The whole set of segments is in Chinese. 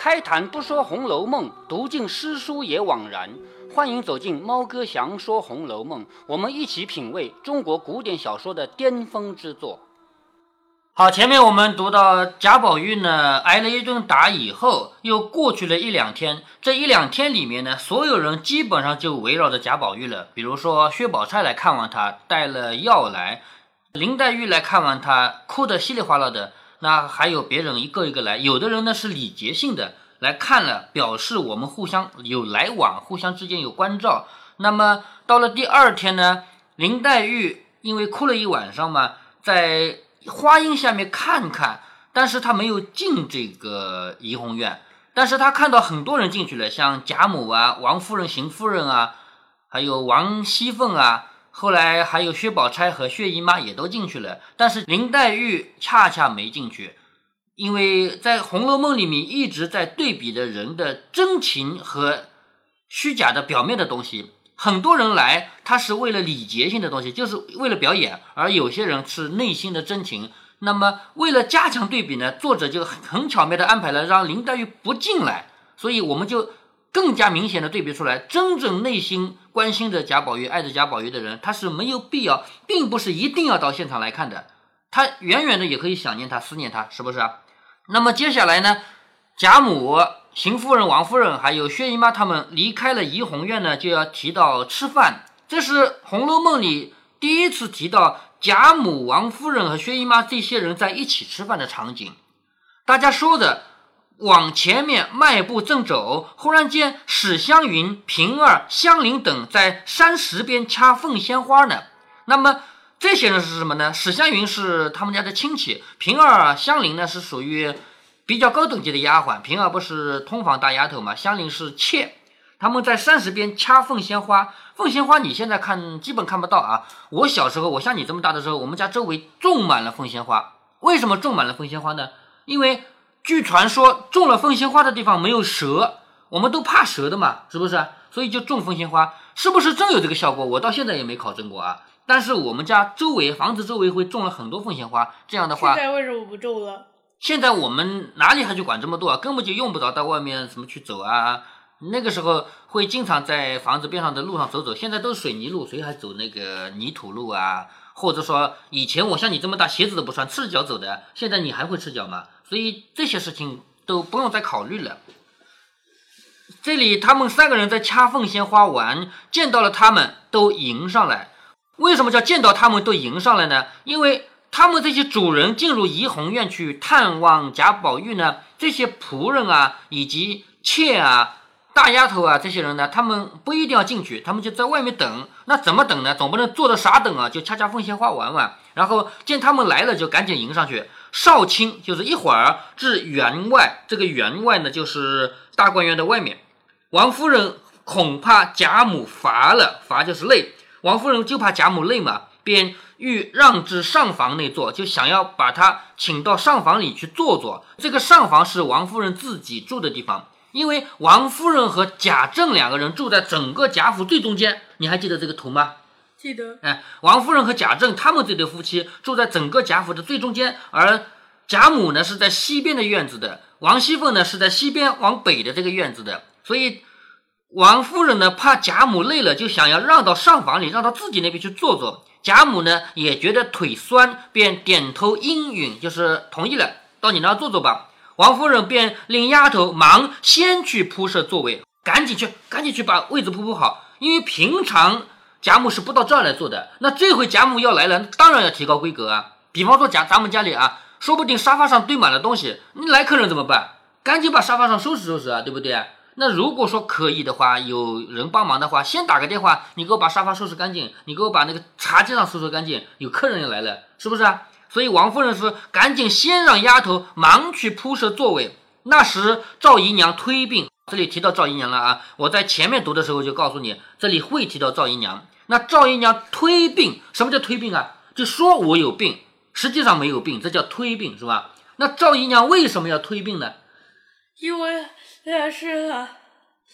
开坛不说《红楼梦》，读尽诗书也枉然。欢迎走进猫哥祥说《红楼梦》，我们一起品味中国古典小说的巅峰之作。好，前面我们读到贾宝玉呢挨了一顿打以后，又过去了一两天。这一两天里面呢，所有人基本上就围绕着贾宝玉了。比如说薛宝钗来看望他，带了药来；林黛玉来看望他，哭得稀里哗啦的。那还有别人一个一个来，有的人呢是礼节性的来看了，表示我们互相有来往，互相之间有关照。那么到了第二天呢，林黛玉因为哭了一晚上嘛，在花荫下面看看，但是她没有进这个怡红院，但是她看到很多人进去了，像贾母啊、王夫人、邢夫人啊，还有王熙凤啊，后来还有薛宝钗和薛姨妈也都进去了，但是林黛玉恰恰没进去。因为在《红楼梦》里面一直在对比的人的真情和虚假的表面的东西，很多人来他是为了礼节性的东西，就是为了表演，而有些人是内心的真情。那么为了加强对比呢，作者就很巧妙的安排了让林黛玉不进来，所以我们就更加明显的对比出来，真正内心关心着贾宝玉、爱着贾宝玉的人，他是没有必要，并不是一定要到现场来看的，他远远的也可以想念他、思念他，是不是啊？那么接下来呢，贾母、邢夫人、王夫人还有薛姨妈他们离开了怡红院呢，就要提到吃饭。这是《红楼梦》里第一次提到贾母、王夫人和薛姨妈这些人在一起吃饭的场景。大家说着往前面迈步正走，忽然间史湘云、平儿、香菱等在山石边掐凤仙花呢。那么这些人是什么呢？史湘云是他们家的亲戚，平儿、香菱呢是属于比较高等级的丫鬟，平儿不是通房大丫头嘛，香菱是妾。他们在山石边掐凤仙花，凤仙花你现在看基本看不到啊。我小时候，我像你这么大的时候，我们家周围种满了凤仙花。为什么种满了凤仙花呢？因为据传说种了凤仙花的地方没有蛇，我们都怕蛇的嘛，是不是？所以就种凤仙花，是不是真有这个效果？我到现在也没考证过啊。但是我们家周围房子周围会种了很多凤仙花，这样的话， 现在为什么不种了？ 现在我们哪里还去管这么多啊？根本就用不着到外面什么去走啊。那个时候会经常在房子边上的路上走走，现在都是水泥路，谁还走那个泥土路啊？或者说以前我像你这么大鞋子都不穿，赤脚走的，现在你还会赤脚吗？所以这些事情都不用再考虑了。这里他们三个人在掐凤仙花玩，见到了他们都迎上来。为什么叫见到他们都迎上来呢？因为他们这些主人进入怡红院去探望贾宝玉呢，这些仆人啊以及妾啊大丫头啊这些人呢，他们不一定要进去，他们就在外面等。那怎么等呢？总不能坐着傻等啊，就掐掐凤仙花玩玩，然后见他们来了就赶紧迎上去。少卿就是一会儿至园外，这个园外呢就是大观园的外面。王夫人恐怕贾母乏了，乏就是累，王夫人就怕贾母累嘛，便欲让至上房内坐，就想要把她请到上房里去坐坐。这个上房是王夫人自己住的地方，因为王夫人和贾政两个人住在整个贾府最中间，你还记得这个图吗？ 记得。 王夫人和贾政他们这对夫妻住在整个贾府的最中间，而贾母呢是在西边的院子的，王熙凤呢是在西边往北的这个院子的，所以王夫人呢怕贾母累了，就想要让到上房里，让到自己那边去坐坐。贾母呢也觉得腿酸，便点头应允，就是同意了，到你那坐坐吧。王夫人便令丫头忙先去铺设座位，赶紧去把位子铺好，因为平常贾母是不到这儿来坐的，那这回贾母要来了，当然要提高规格啊。比方说咱们家里啊，说不定沙发上堆满了东西，你来客人怎么办？赶紧把沙发上收拾收拾啊，对不对？那如果说可以的话，有人帮忙的话，先打个电话，你给我把沙发收拾干净，你给我把那个茶几上收拾干净，有客人要来了，是不是啊？所以王夫人说赶紧先让丫头忙去铺设座位。那时赵姨娘推病，这里提到赵姨娘了啊，我在前面读的时候就告诉你，这里会提到赵姨娘。那赵姨娘推病，什么叫推病啊？就说我有病，实际上没有病，这叫推病，是吧？那赵姨娘为什么要推病呢？ 因为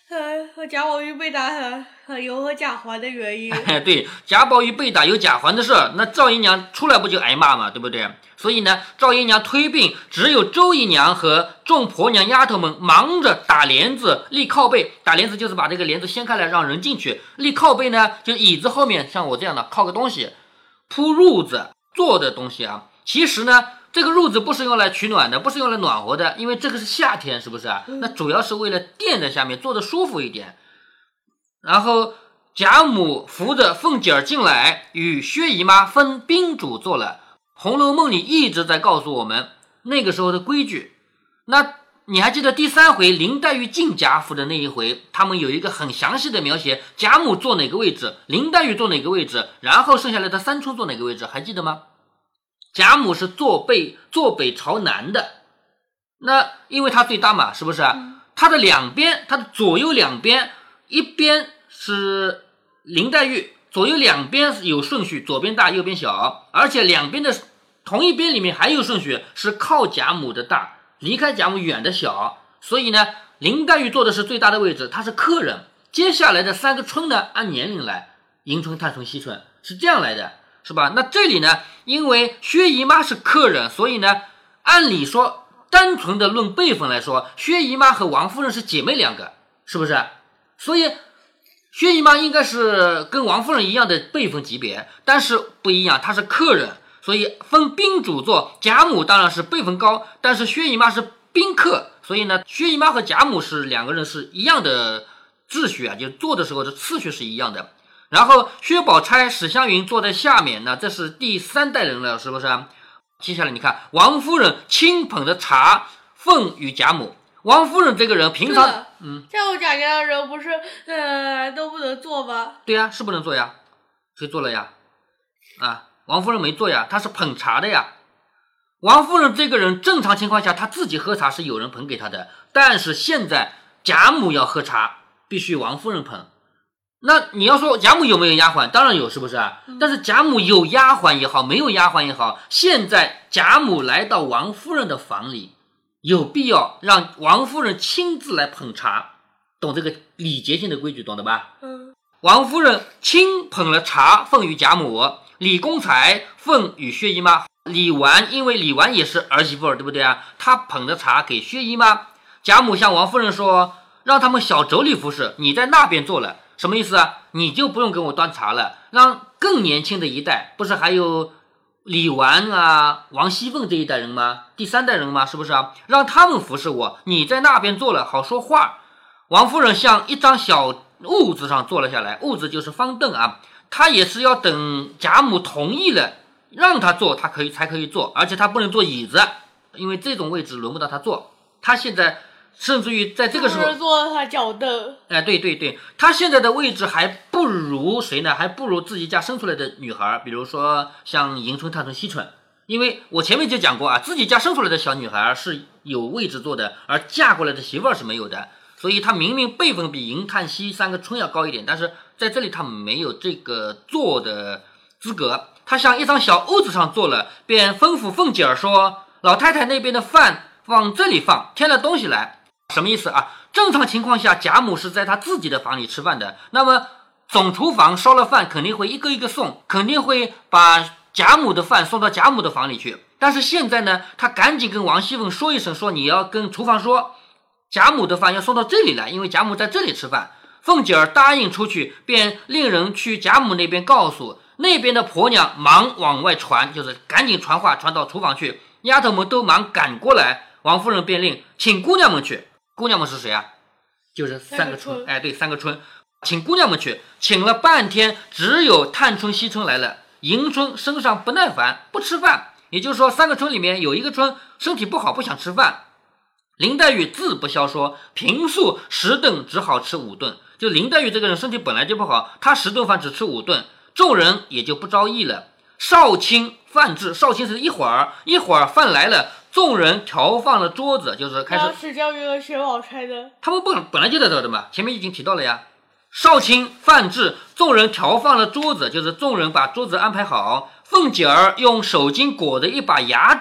和贾宝玉被打有和贾环的原因。 对，贾宝玉被打有贾环的事，那赵姨娘出来不就挨骂嘛，对不对？所以呢，赵姨娘推病，只有周姨娘和众婆娘丫头们忙着打帘子、立靠背。打帘子就是把这个帘子掀开来让人进去，立靠背呢，就椅子后面像我这样的靠个东西，铺褥子做的东西啊。其实呢，这个褥子不是用来取暖的，不是用来暖和的，因为这个是夏天，是不是啊？那主要是为了垫在下面，坐得舒服一点。然后贾母扶着凤姐儿进来，与薛姨妈分宾主坐了。《红楼梦》里一直在告诉我们那个时候的规矩。那你还记得第3回林黛玉进贾府的那一回，他们有一个很详细的描写，贾母坐哪个位置，林黛玉坐哪个位置，然后剩下来的三春坐哪个位置，还记得吗？贾母是坐北朝南的，那因为她最大嘛，是不是？她的两边，她的左右两边，一边是林黛玉，左右两边有顺序，左边大右边小，而且两边的同一边里面还有顺序，是靠贾母的大，离开贾母远的小。所以呢，林黛玉坐的是最大的位置，她是客人。接下来的3个春呢，按年龄来，迎春、探春、惜春，是这样来的，是吧？那这里呢，因为薛姨妈是客人，所以呢，按理说单纯的论辈分来说，薛姨妈和王夫人是姐妹2个，是不是？所以薛姨妈应该是跟王夫人一样的辈分级别，但是不一样，她是客人，所以分宾主坐。贾母当然是辈分高，但是薛姨妈是宾客，所以呢，薛姨妈和贾母是2个人是一样的秩序啊，就坐的时候的次序是一样的。然后薛宝钗、史湘云坐在下面呢，这是第3代人了，是不是？接下来你看，王夫人轻捧着茶奉与贾母。王夫人这个人平常像我贾家的人不是都不能做吗？ 对呀，是不能做呀，谁做了呀？王夫人没做呀，她是捧茶的呀。王夫人这个人正常情况下她自己喝茶是有人捧给她的，但是现在贾母要喝茶必须王夫人捧。那你要说贾母有没有丫鬟？当然有，是不是？但是贾母有丫鬟也好，没有丫鬟也好，现在贾母来到王夫人的房里，有必要让王夫人亲自来捧茶，懂这个礼节性的规矩，懂得吧？王夫人亲捧了茶奉与贾母，李公才奉与薛姨妈，李纨因为李纨也是儿媳妇，对不对啊？她捧着茶给薛姨妈。贾母向王夫人说，让他们小妯娌服侍，你在那边坐了。什么意思啊？你就不用给我端茶了，让更年轻的一代，不是还有李纨啊、王熙凤这一代人吗？第3代人吗？是不是啊？让他们服侍我，你在那边坐了，好说话。王夫人向一张小褥子上坐了下来，褥子就是方凳啊。她也是要等贾母同意了，让她坐，她才可以坐，而且她不能坐椅子，因为这种位置轮不到她坐。她现在甚至于在这个时候坐他脚凳， 对，她现在的位置还不如谁呢？还不如自己家生出来的女孩，比如说像迎春、探春、惜春。因为我前面就讲过啊，自己家生出来的小女孩是有位置坐的，而嫁过来的媳妇儿是没有的。所以她明明辈分比迎、探、惜3个春要高一点，但是在这里她没有这个坐的资格。她向一张小屋子上坐了，便吩咐凤姐儿说，老太太那边的饭往这里放，添了东西来。什么意思啊？正常情况下贾母是在她自己的房里吃饭的，那么总厨房烧了饭肯定会一个一个送，肯定会把贾母的饭送到贾母的房里去。但是现在呢，她赶紧跟王熙凤说一声，说你要跟厨房说贾母的饭要送到这里来，因为贾母在这里吃饭。凤姐儿答应出去，便令人去贾母那边告诉，那边的婆娘忙往外传，就是赶紧传话传到厨房去，丫头们都忙赶过来。王夫人便令请姑娘们去。姑娘们是谁啊？就是3个春。对，3个春，请姑娘们去。请了半天，只有探春、惜春来了。迎春身上不耐烦，不吃饭，也就是说3个春里面有1个春身体不好，不想吃饭。林黛玉自不消说，平素10顿只好吃5顿。就林黛玉这个人身体本来就不好，她10顿饭只吃5顿，众人也就不着意了。少卿饭至，少卿是一会儿饭来了，众人调放了桌子，就是开始。 史湘云和薛宝钗的， 他们本来就在这的嘛，前面已经提到了呀。少卿饭至，众人调放了桌子，就是众人把桌子安排好。凤姐儿用手巾裹着一把牙烛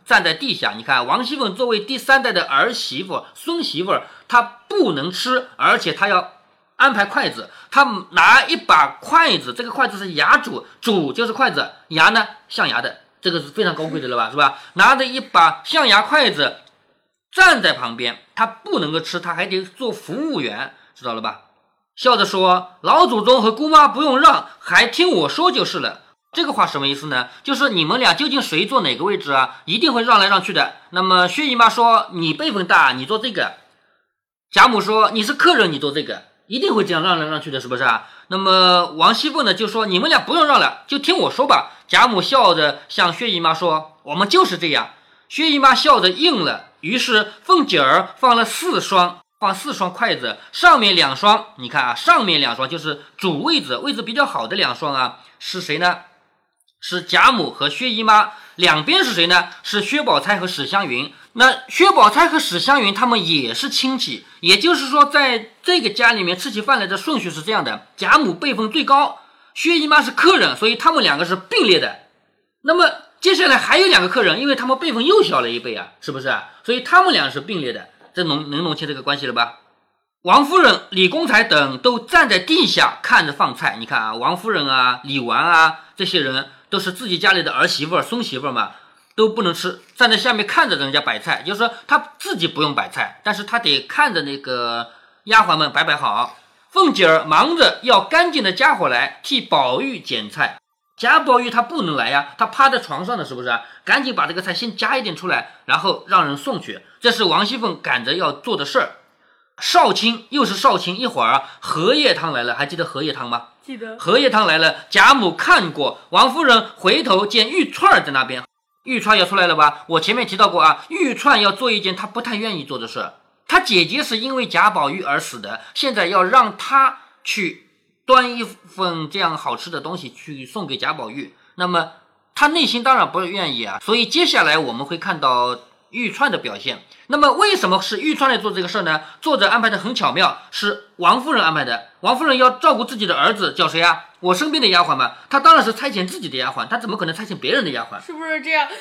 站在地下。你看王熙凤作为第3代的儿媳妇、孙媳妇，她不能吃，而且她要安排筷子，她拿一把筷子，这个筷子是牙箸，箸就是筷子，牙呢象牙的，这个是非常高贵的了吧，是吧？拿着一把象牙筷子站在旁边，她不能够吃，她还得做服务员，知道了吧？笑着说，老祖宗和姑妈不用让，还听我说就是了。这个话什么意思呢？就是你们俩究竟谁坐哪个位置啊，一定会让来让去的。那么薛姨妈说，你辈分大，你坐这个。贾母说，你是客人，你坐这个，一定会这样让来让去的，是不是啊？那么王熙凤呢就说，你们俩不用让了，就听我说吧。贾母笑着向薛姨妈说，我们就是这样。薛姨妈笑着应了，于是凤姐儿放了4双筷子，上面2双，你看啊，上面2双就是主位置比较好的2双啊，是谁呢？是贾母和薛姨妈，两边是谁呢？是薛宝钗和史湘云。那薛宝钗和史湘云他们也是亲戚，也就是说在这个家里面吃起饭来的顺序是这样的，贾母辈分最高，薛姨妈是客人，所以他们2个是并列的。那么接下来还有2个客人，因为他们辈分又小了一辈啊，是不是啊？所以他们2个是并列的，这能弄清这个关系了吧？王夫人、李公才等都站在地下看着放菜。你看啊，王夫人啊、李纨啊，这些人都是自己家里的儿媳妇、孙媳妇嘛，都不能吃，站在下面看着人家摆菜，就是说他自己不用摆菜，但是他得看着那个丫鬟们摆好。凤姐儿忙着要干净的家伙来替宝玉捡菜，贾宝玉他不能来呀，他趴在床上的，是不是啊？赶紧把这个菜先夹一点出来，然后让人送去，这是王熙凤赶着要做的事儿。少卿又是少卿，一会儿荷叶汤来了，还记得荷叶汤吗？ 记得。 荷叶汤来了，贾母看过，王夫人回头见玉钏在那边，玉钏要出来了吧？我前面提到过啊，玉钏要做一件她不太愿意做的事，她姐姐是因为贾宝玉而死的，现在要让她去端一份这样好吃的东西去送给贾宝玉，那么她内心当然不愿意啊，所以接下来我们会看到玉钏的表现。那么为什么是玉钏来做这个事呢？作者安排的很巧妙，是王夫人安排的。王夫人要照顾自己的儿子，叫谁啊？我身边的丫鬟嘛，她当然是差遣自己的丫鬟，她怎么可能差遣别人的丫鬟？ 是不是这样？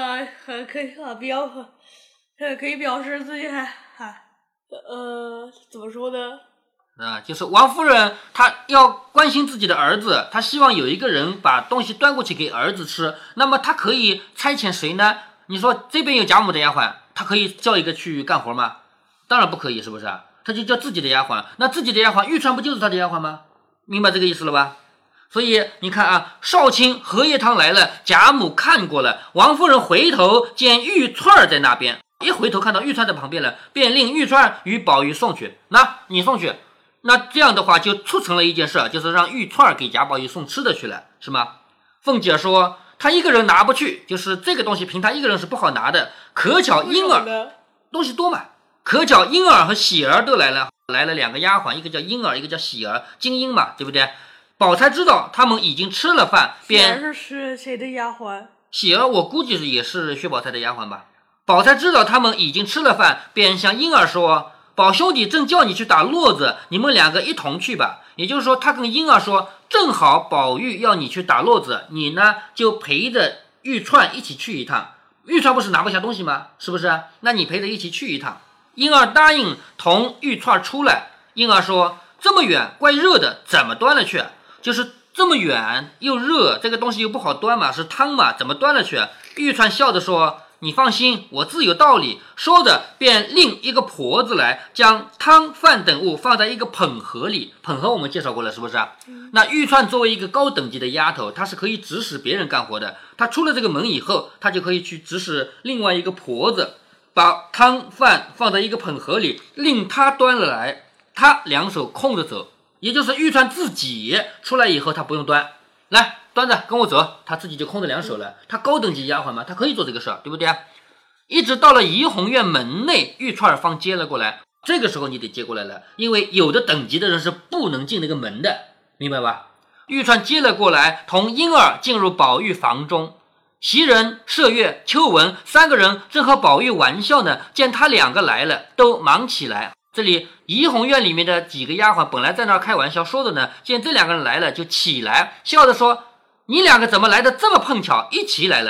可以表示自己怎么说呢？ 就是王夫人她要关心自己的儿子，她希望有一个人把东西端过去给儿子吃，那么她可以差遣谁呢？你说这边有贾母的丫鬟，她可以叫一个去干活吗？当然不可以，是不是啊？她就叫自己的丫鬟，那自己的丫鬟玉钏不就是她的丫鬟吗？明白这个意思了吧？所以你看啊，少卿荷叶汤来了，贾母看过了，王夫人回头见玉钏在那边，一回头看到玉钏在旁边了，便令玉钏与宝玉送去，那你送去，那这样的话就促成了一件事，就是让玉钏给贾宝玉送吃的去了，是吗？凤姐说他一个人拿不去，就是这个东西凭他一个人是不好拿的，可巧婴儿东西多嘛，可巧婴儿和喜儿都来了2个丫鬟，一个叫婴儿，一个叫喜儿，金婴嘛，对不对？宝钗知道他们已经吃了饭，便是谁的丫鬟？ 喜儿我估计也是薛宝钗的丫鬟吧。宝钗知道他们已经吃了饭，便向婴儿说，宝兄弟正叫你去打络子，你们2个一同去吧。也就是说他跟婴儿说，正好宝玉要你去打络子，你呢就陪着玉钏一起去一趟。玉钏不是拿不下东西吗？是不是？那你陪着一起去一趟。婴儿答应同玉钏出来。婴儿说，这么远怪热的，怎么端了去？就是这么远又热，这个东西又不好端嘛，是汤嘛，怎么端了去？玉钏笑着说，你放心，我自有道理。说着便令一个婆子来，将汤饭等物放在一个捧盒里。捧盒我们介绍过了，是不是？那玉钏作为一个高等级的丫头，她是可以指使别人干活的，她出了这个门以后，她就可以去指使另外一个婆子把汤饭放在一个捧盒里，令她端了来，她2手空着走。也就是玉钏自己出来以后，她不用端，来端着跟我走，她自己就空着2手了。她高等级丫鬟嘛，她可以做这个事儿，对不对？一直到了怡红院门内，玉钏方接了过来。这个时候你得接过来了，因为有的等级的人是不能进那个门的，明白吧？玉钏接了过来，同婴儿进入宝玉房中。袭人、麝月、秋纹3个人正和宝玉玩笑呢，见他2个来了，都忙起来。这里怡红院里面的几个丫鬟本来在那儿开玩笑说的呢，见这2个人来了就起来，笑着说，你2个怎么来的这么碰巧，一起来了？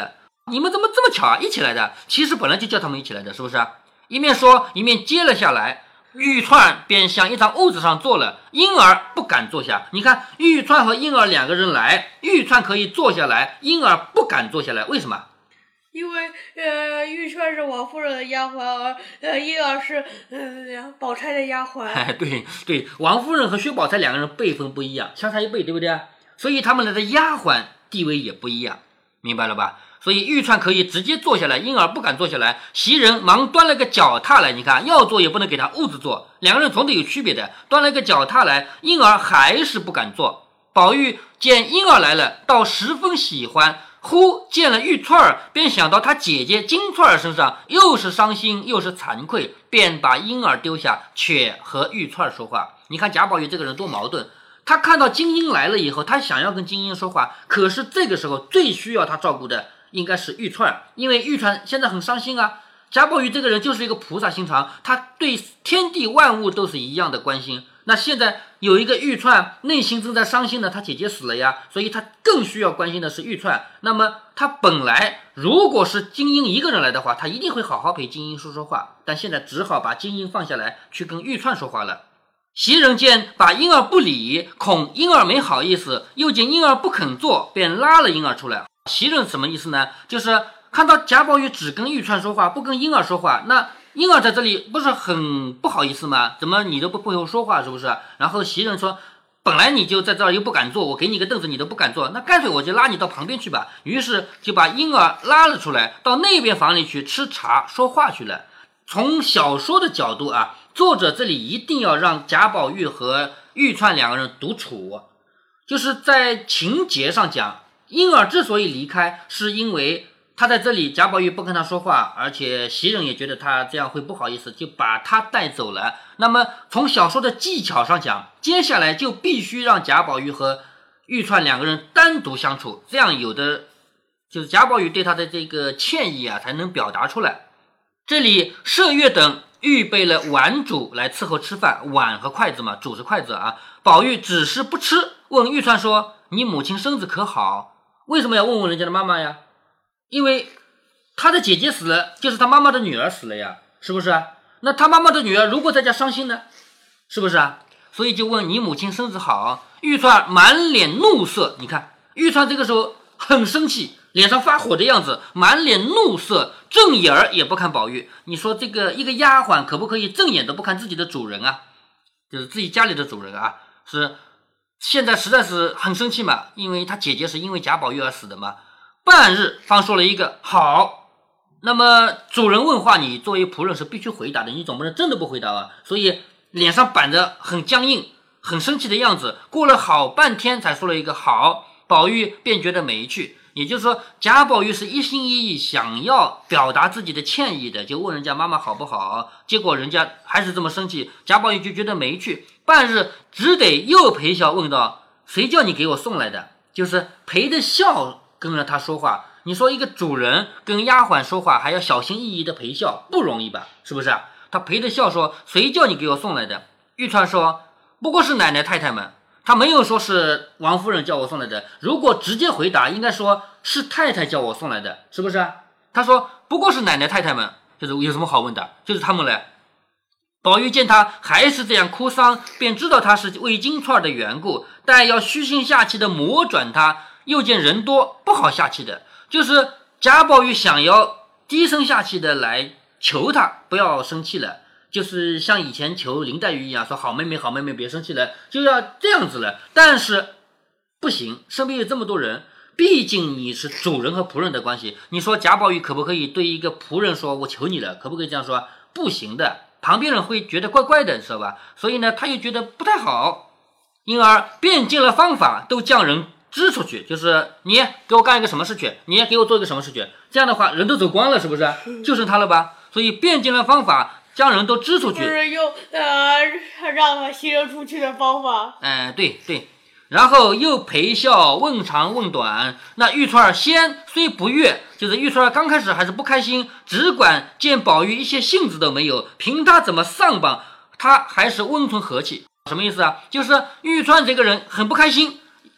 你们怎么这么巧啊，一起来的？其实本来就叫他们一起来的，是不是？一面说一面接了下来，玉串便向一张屋子上坐了，婴儿不敢坐下。你看，玉串和婴儿两个人来，玉串可以坐下来，婴儿不敢坐下来，为什么？ 因为玉串是王夫人的丫鬟，而婴儿是宝钗的丫鬟。 对，王夫人和薛宝钗两个人辈分不一样，相差一辈，对不对？所以他们的丫鬟地位也不一样，明白了吧？所以玉串可以直接坐下来，婴儿不敢坐下来。袭人忙端了个脚踏来，你看要坐也不能给他屋子坐，两个人总得有区别的。端了个脚踏来，婴儿还是不敢坐。宝玉见婴儿来了，倒十分喜欢。忽见了玉串儿，便想到他姐姐金串儿身上，又是伤心又是惭愧，便把婴儿丢下，却和玉串儿说话。你看贾宝玉这个人多矛盾。他看到金英来了以后，他想要跟金英说话，可是这个时候最需要他照顾的应该是玉串，因为玉串现在很伤心啊。贾宝玉这个人就是一个菩萨心肠，他对天地万物都是一样的关心。那现在有一个玉串内心正在伤心的，他姐姐死了呀，所以他更需要关心的是玉串。那么他本来如果是金英一个人来的话，他一定会好好陪金英说说话，但现在只好把金英放下来去跟玉串说话了。袭人见把婴儿不理，恐婴儿没好意思，又见婴儿不肯坐，便拉了婴儿出来。袭人什么意思呢？就是看到贾宝玉只跟玉串说话，不跟婴儿说话，那婴儿在这里不是很不好意思吗？怎么你都不会说话，是不是？然后袭人说，本来你就在这儿又不敢坐，我给你个凳子你都不敢坐，那干脆我就拉你到旁边去吧。于是就把婴儿拉了出来，到那边房里去吃茶说话去了。从小说的角度啊，作者这里一定要让贾宝玉和玉串两个人独处，就是在情节上讲，婴儿之所以离开，是因为他在这里贾宝玉不跟他说话，而且袭人也觉得他这样会不好意思，就把他带走了。那么从小说的技巧上讲，接下来就必须让贾宝玉和玉串两个人单独相处，这样有的就是贾宝玉对他的这个歉意啊才能表达出来。这里麝月等预备了碗主来伺候吃饭，碗和筷子嘛，主是筷子啊。宝玉只是不吃，问玉串说，你母亲身子可好？为什么要问问人家的妈妈呀？因为他的姐姐死了，就是他妈妈的女儿死了呀，是不是啊？那他妈妈的女儿如果在家伤心呢，是不是啊？所以就问你母亲身子好。玉串满脸怒色，你看玉串这个时候很生气，脸上发火的样子，满脸怒色，正眼儿也不看宝玉。你说这个一个丫鬟可不可以正眼都不看自己的主人啊？就是自己家里的主人啊，是现在实在是很生气嘛，因为他姐姐是因为贾宝玉而死的嘛。半日方说了一个好。那么主人问话，你作为仆人是必须回答的，你总不能真的不回答啊。所以脸上板着很僵硬很生气的样子，过了好半天才说了一个好。宝玉便觉得没趣，也就是说贾宝玉是一心一意想要表达自己的歉意的，就问人家妈妈好不好，结果人家还是这么生气，贾宝玉就觉得没趣，半日只得又陪笑问道，谁叫你给我送来的？就是陪着笑跟着他说话。你说一个主人跟丫鬟说话还要小心翼翼的陪笑，不容易吧？是不是啊？他陪着笑说，谁叫你给我送来的？玉串说，不过是奶奶太太们。他没有说是王夫人叫我送来的，如果直接回答应该说是太太叫我送来的，是不是啊？他说不过是奶奶太太们，就是有什么好问的，就是他们来。宝玉见他还是这样哭丧，便知道他是为金钏的缘故，但要虚心下气的磨转他，又见人多不好下气的，就是贾宝玉想要低声下气的来求他不要生气了，就是像以前求林黛玉一样，说好妹妹好妹妹别生气了，就要这样子了。但是不行，身边有这么多人，毕竟你是主人和仆人的关系，你说贾宝玉可不可以对一个仆人说我求你了，可不可以这样说？不行的，旁边人会觉得怪怪的，知道吧？所以呢他又觉得不太好，因而变尽了方法，都将人支出去，就是你给我干一个什么事去，你给我做一个什么事去，这样的话人都走光了，是不是？就剩他了吧？所以变尽了方法将人都支出去， 不是用让他袭人出去的方法。 对，然后又陪笑问长问短。那玉钏先虽不悦，就是玉钏刚开始还是不开心，只管见宝玉一些性子都没有，凭他怎么丧吧，他还是温存和气。什么意思啊？就是玉钏这个人很不开心，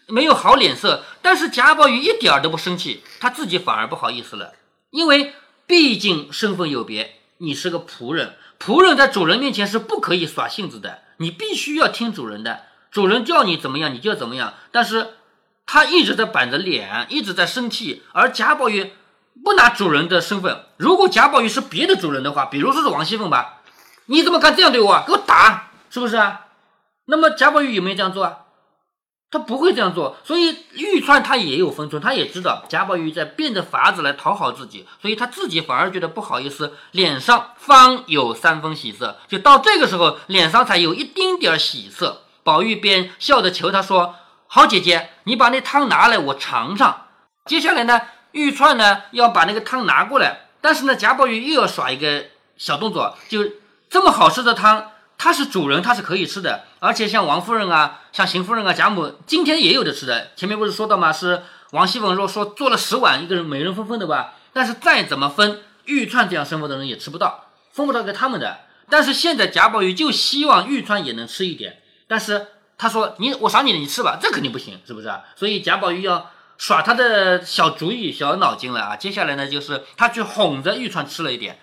没有好脸色，但是贾宝玉一点都不生气，他自己反而不好意思了，因为毕竟身份有别，你是个仆人，仆人在主人面前是不可以耍性子的，你必须要听主人的，主人叫你怎么样你就要怎么样。但是他一直在板着脸，一直在生气，而贾宝玉不拿主人的身份。如果贾宝玉是别的主人的话，比如说是王熙凤吧，你怎么敢这样对我啊？给我打，是不是啊？那么贾宝玉有没有这样做啊？他不会这样做。所以玉钏他也有分寸，他也知道贾宝玉在变着法子来讨好自己，所以他自己反而觉得不好意思，脸上方有3分喜色。就到这个时候脸上才有一丁点喜色。宝玉便笑着求他说，好姐姐，你把那汤拿来我尝尝。接下来呢，玉钏呢要把那个汤拿过来，但是呢贾宝玉又要耍一个小动作，就这么好吃的汤，他是主人，他是可以吃的，而且像王夫人啊，像邢夫人啊，贾母今天也有的吃的。前面不是说到吗？是王熙凤说做了10碗，一个人每人分的吧。但是再怎么分，玉钏这样身份的人也吃不到，分不到给他们的。但是现在贾宝玉就希望玉钏也能吃一点，但是他说我赏你的，你吃吧，这肯定不行，是不是啊？所以贾宝玉要耍他的小主意、小脑筋了啊。接下来呢，就是他去哄着玉钏吃了一点。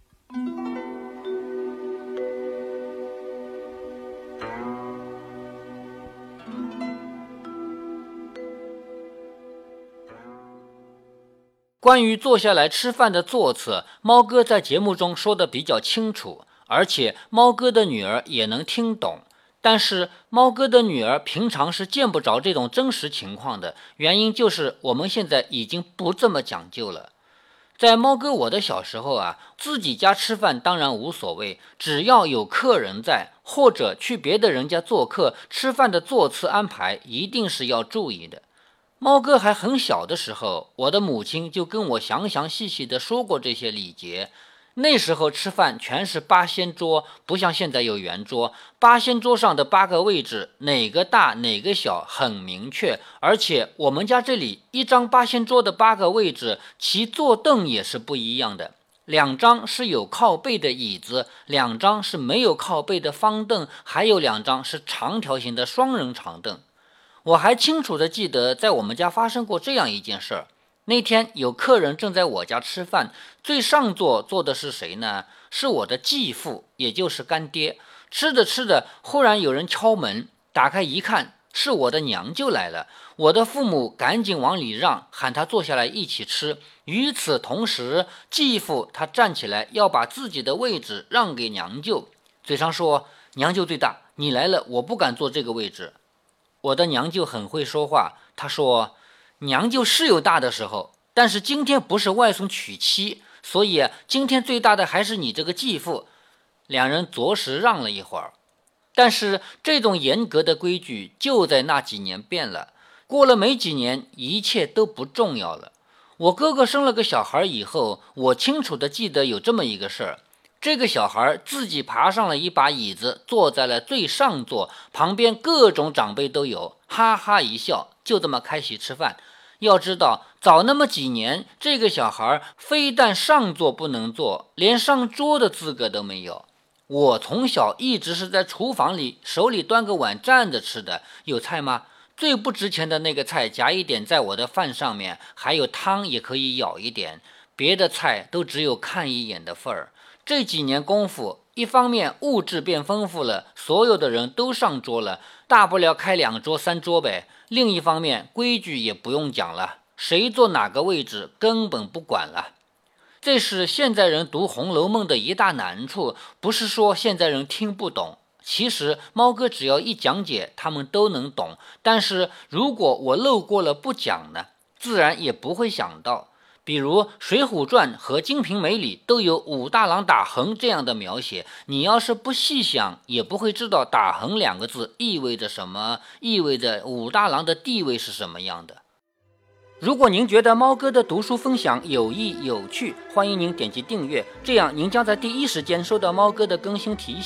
关于坐下来吃饭的座次，猫哥在节目中说的比较清楚，而且猫哥的女儿也能听懂。但是猫哥的女儿平常是见不着这种真实情况的，原因就是我们现在已经不这么讲究了。在猫哥我的小时候啊，自己家吃饭当然无所谓，只要有客人在，或者去别的人家做客，吃饭的座次安排一定是要注意的。猫哥还很小的时候，我的母亲就跟我详详细细的说过这些礼节。那时候吃饭全是八仙桌，不像现在有圆桌。八仙桌上的8个位置，哪个大哪个小很明确，而且我们家这里一张八仙桌的8个位置，其坐凳也是不一样的。2张是有靠背的椅子，2张是没有靠背的方凳，还有2张是长条形的双人长凳。我还清楚地记得在我们家发生过这样一件事儿。那天有客人正在我家吃饭，最上座坐的是谁呢？是我的继父，也就是干爹。吃着吃着，忽然有人敲门，打开一看，是我的娘舅来了。我的父母赶紧往里让，喊他坐下来一起吃。与此同时，继父他站起来要把自己的位置让给娘舅，嘴上说娘舅最大，你来了我不敢坐这个位置。我的娘舅很会说话，他说娘舅是有大的时候，但是今天不是外孙娶妻，所以今天最大的还是你这个继父。2人着实让了一会儿，但是这种严格的规矩就在那几年变了。过了没几年，一切都不重要了。我哥哥生了个小孩以后，我清楚地记得有这么一个事儿。这个小孩自己爬上了一把椅子，坐在了最上座，旁边各种长辈都有，哈哈一笑，就这么开席吃饭。要知道早那么几年，这个小孩非但上座不能坐，连上桌的资格都没有。我从小一直是在厨房里手里端个碗站着吃的，有菜吗？最不值钱的那个菜夹一点在我的饭上面，还有汤也可以舀一点，别的菜都只有看一眼的份儿。这几年功夫，一方面物质变丰富了，所有的人都上桌了，大不了开2桌3桌呗。另一方面规矩也不用讲了，谁坐哪个位置根本不管了。这是现在人读《红楼梦》的一大难处，不是说现在人听不懂，其实猫哥只要一讲解他们都能懂，但是如果我漏过了不讲呢，自然也不会想到。比如《水浒传》和《金瓶梅》里都有武大郎打横这样的描写，你要是不细想，也不会知道打横2个字意味着什么，意味着武大郎的地位是什么样的。如果您觉得猫哥的读书分享有益有趣，欢迎您点击订阅，这样您将在第一时间收到猫哥的更新提醒。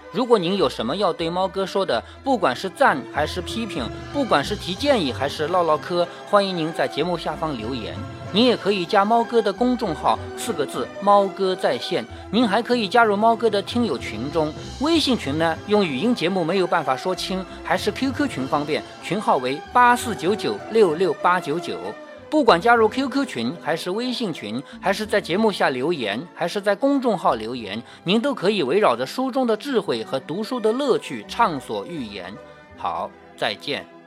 如果您有什么要对猫哥说的，不管是赞还是批评，不管是提建议还是唠唠嗑，欢迎您在节目下方留言。您也可以加猫哥的公众号，4个字，猫哥在线。您还可以加入猫哥的听友群中，微信群呢，用语音节目没有办法说清，还是 QQ 群方便，群号为8499668899。不管加入 QQ 群还是微信群，还是在节目下留言，还是在公众号留言，您都可以围绕着书中的智慧和读书的乐趣畅所欲言。好，再见。